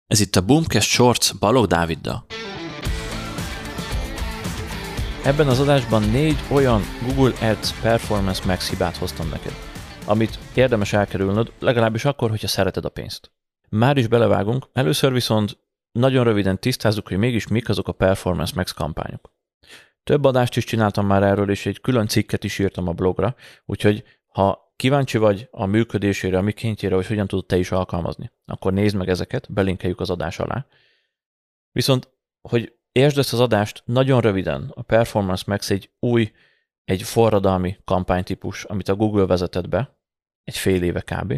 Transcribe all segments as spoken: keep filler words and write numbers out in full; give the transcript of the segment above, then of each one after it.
Ez itt a Boomcast Shorts Balogh Dáviddal. Ebben az adásban négy olyan Google Ads Performance Max hibát hoztam neked, amit érdemes elkerülnöd, legalábbis akkor, hogyha szereted a pénzt. Már is belevágunk, először viszont nagyon röviden tisztázzuk, hogy mégis mik azok a Performance Max kampányok. Több adást is csináltam már erről, és egy külön cikket is írtam a blogra, úgyhogy ha kíváncsi vagy a működésére, a mikéntjére, hogy hogyan tudod te is alkalmazni, akkor nézd meg ezeket, belinkeljük az adás alá. Viszont, hogy értsd ezt az adást, nagyon röviden, a Performance Max egy új, egy forradalmi kampánytípus, amit a Google vezetett be, egy fél éve kb.,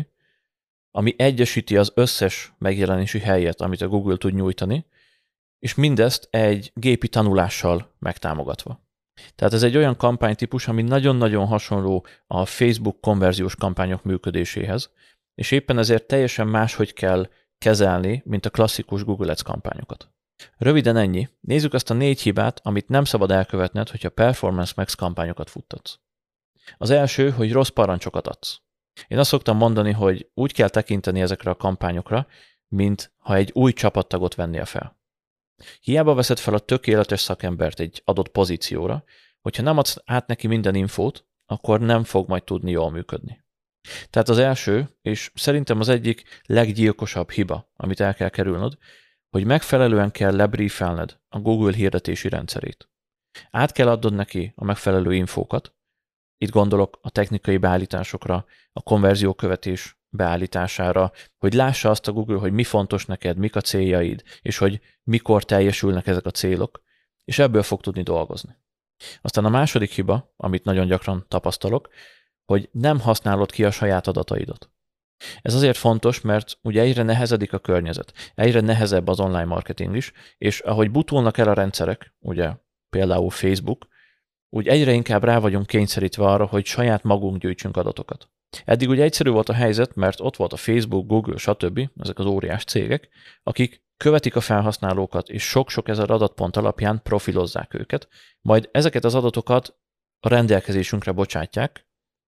ami egyesíti az összes megjelenési helyet, amit a Google tud nyújtani, és mindezt egy gépi tanulással megtámogatva. Tehát ez egy olyan kampánytípus, ami nagyon-nagyon hasonló a Facebook konverziós kampányok működéséhez, és éppen ezért teljesen máshogy kell kezelni, mint a klasszikus Google Ads kampányokat. Röviden ennyi. Nézzük azt a négy hibát, amit nem szabad elkövetned, hogyha Performance Max kampányokat futtatsz. Az első, hogy rossz parancsokat adsz. Én azt szoktam mondani, hogy úgy kell tekinteni ezekre a kampányokra, mint ha egy új csapattagot vennél fel. Hiába veszed fel a tökéletes szakembert egy adott pozícióra, hogyha nem adsz át neki minden infót, akkor nem fog majd tudni jól működni. Tehát az első, és szerintem az egyik leggyilkosabb hiba, amit el kell kerülnöd, hogy megfelelően kell lebriefelned a Google hirdetési rendszerét. Át kell adnod neki a megfelelő infókat, itt gondolok a technikai beállításokra, a konverziókövetés beállítására, hogy lássa azt a Google, hogy mi fontos neked, mik a céljaid, és hogy mikor teljesülnek ezek a célok, és ebből fog tudni dolgozni. Aztán a második hiba, amit nagyon gyakran tapasztalok, hogy nem használod ki a saját adataidat. Ez azért fontos, mert ugye egyre nehezedik a környezet, egyre nehezebb az online marketing is, és ahogy butulnak el a rendszerek, ugye például Facebook, úgy egyre inkább rá vagyunk kényszerítve arra, hogy saját magunk gyűjtsünk adatokat. Eddig ugye egyszerű volt a helyzet, mert ott volt a Facebook, Google, stb., ezek az óriás cégek, akik követik a felhasználókat, és sok-sok ezer adatpont alapján profilozzák őket, majd ezeket az adatokat a rendelkezésünkre bocsátják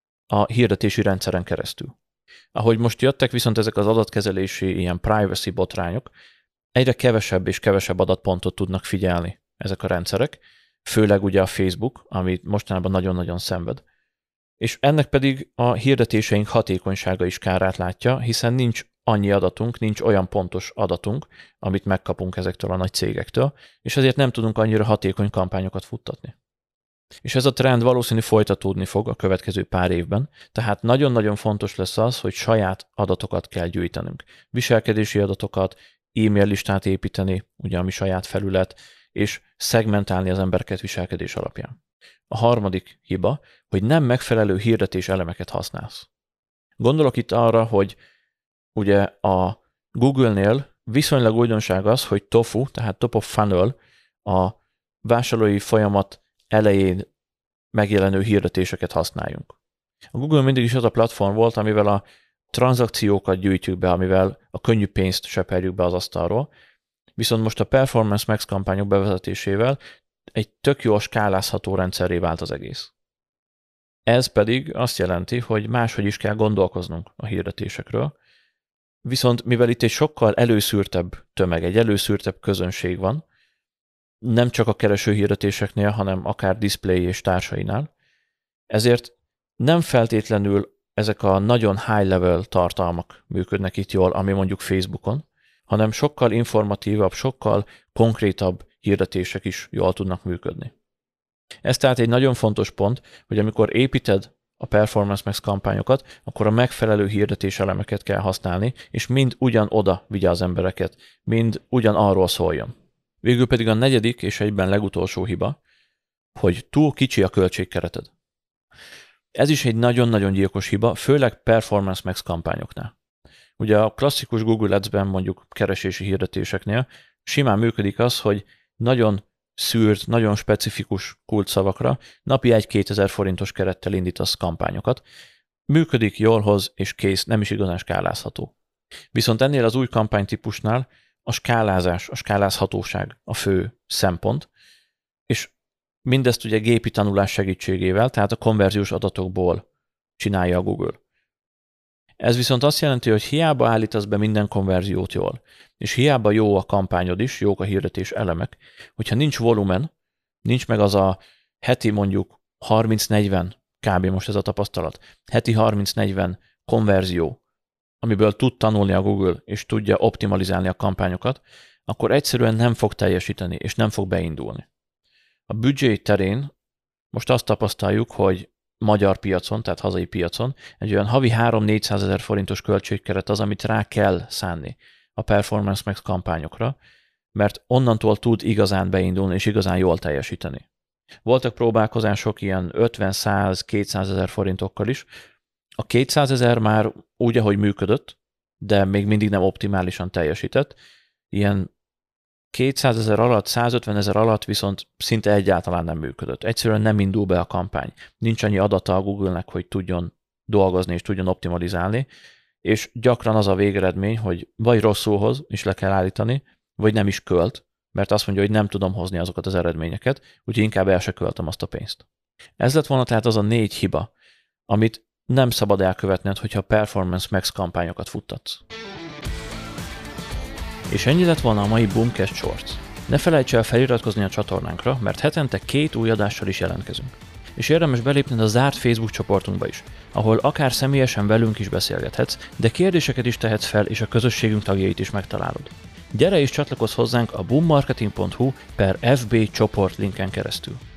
a hirdetési rendszeren keresztül. Ahogy most jöttek viszont ezek az adatkezelési ilyen privacy botrányok, egyre kevesebb és kevesebb adatpontot tudnak figyelni ezek a rendszerek, főleg ugye a Facebook, ami mostanában nagyon-nagyon szenved. És ennek pedig a hirdetéseink hatékonysága is kárát látja, hiszen nincs annyi adatunk, nincs olyan pontos adatunk, amit megkapunk ezektől a nagy cégektől, és ezért nem tudunk annyira hatékony kampányokat futtatni. És ez a trend valószínű folytatódni fog a következő pár évben, tehát nagyon-nagyon fontos lesz az, hogy saját adatokat kell gyűjtenünk. Viselkedési adatokat, e-mail listát építeni, ugye ami saját felület, és szegmentálni az embereket viselkedés alapján. A harmadik hiba, hogy nem megfelelő hirdetés elemeket használsz. Gondolok itt arra, hogy ugye a Google-nél viszonylag újdonság az, hogy tofu, tehát top of funnel, a vásárlói folyamat elején megjelenő hirdetéseket használjunk. A Google mindig is az a platform volt, amivel a tranzakciókat gyűjtjük be, amivel a könnyű pénzt seperjük be az asztalról, viszont most a Performance Max kampányok bevezetésével egy tök jól skálázható rendszerré vált az egész. Ez pedig azt jelenti, hogy máshogy is kell gondolkoznunk a hirdetésekről, viszont mivel itt egy sokkal előszűrtebb tömeg, egy előszűrtebb közönség van, nem csak a keresőhirdetéseknél, hanem akár display és társainál, ezért nem feltétlenül ezek a nagyon high-level tartalmak működnek itt jól, ami mondjuk Facebookon, hanem sokkal informatívabb, sokkal konkrétabb hirdetések is jól tudnak működni. Ez tehát egy nagyon fontos pont, hogy amikor építed a Performance Max kampányokat, akkor a megfelelő hirdetés elemeket kell használni, és mind ugyan oda vigye az embereket, mind ugyan arról szóljon. Végül pedig a negyedik és egyben legutolsó hiba, hogy túl kicsi a költségkereted. Ez is egy nagyon-nagyon gyilkos hiba, főleg Performance Max kampányoknál. Ugye a klasszikus Google Ads-ben, mondjuk keresési hirdetéseknél simán működik az, hogy nagyon szűrt, nagyon specifikus kulcsszavakra napi egy-kétezer forintos kerettel indítasz kampányokat. Működik, jól hoz, és kész, nem is igazán skálázható. Viszont ennél az új kampánytípusnál a skálázás, a skálázhatóság a fő szempont, és mindezt ugye gépi tanulás segítségével, tehát a konverziós adatokból csinálja a Google. Ez viszont azt jelenti, hogy hiába állítasz be minden konverziót jól, és hiába jó a kampányod is, jók a hirdetés elemek, hogyha nincs volumen, nincs meg az a heti mondjuk harminc-negyven, kb. Most ez a tapasztalat, heti harminc-negyven konverzió, amiből tud tanulni a Google, és tudja optimalizálni a kampányokat, akkor egyszerűen nem fog teljesíteni, és nem fog beindulni. A büdzsé terén most azt tapasztaljuk, hogy magyar piacon, tehát hazai piacon egy olyan havi három-négyszázezer forintos költségkeret az, amit rá kell szánni a Performance Max kampányokra, mert onnantól tud igazán beindulni és igazán jól teljesíteni. Voltak próbálkozások ilyen ötven-száz-kétszázezer forintokkal is. A kétszázezer már úgy, ahogy működött, de még mindig nem optimálisan teljesített. Ilyen kétszázezer alatt, százötvenezer alatt viszont szinte egyáltalán nem működött. Egyszerűen nem indul be a kampány. Nincs annyi adata a Google-nek, hogy tudjon dolgozni és tudjon optimalizálni, és gyakran az a végeredmény, hogy vagy rosszul hoz, és le kell állítani, vagy nem is költ, mert azt mondja, hogy nem tudom hozni azokat az eredményeket, úgyhogy inkább el se költöm azt a pénzt. Ez lett volna tehát az a négy hiba, amit nem szabad elkövetned, hogyha Performance Max kampányokat futtatsz. És ennyi lett volna a mai Boomcast Shorts. Ne felejts el feliratkozni a csatornánkra, mert hetente két új adással is jelentkezünk. És érdemes belépned a zárt Facebook csoportunkba is, ahol akár személyesen velünk is beszélgethetsz, de kérdéseket is tehetsz fel, és a közösségünk tagjait is megtalálod. Gyere és csatlakozz hozzánk a boommarketing pont hu per ef bé csoport linken keresztül.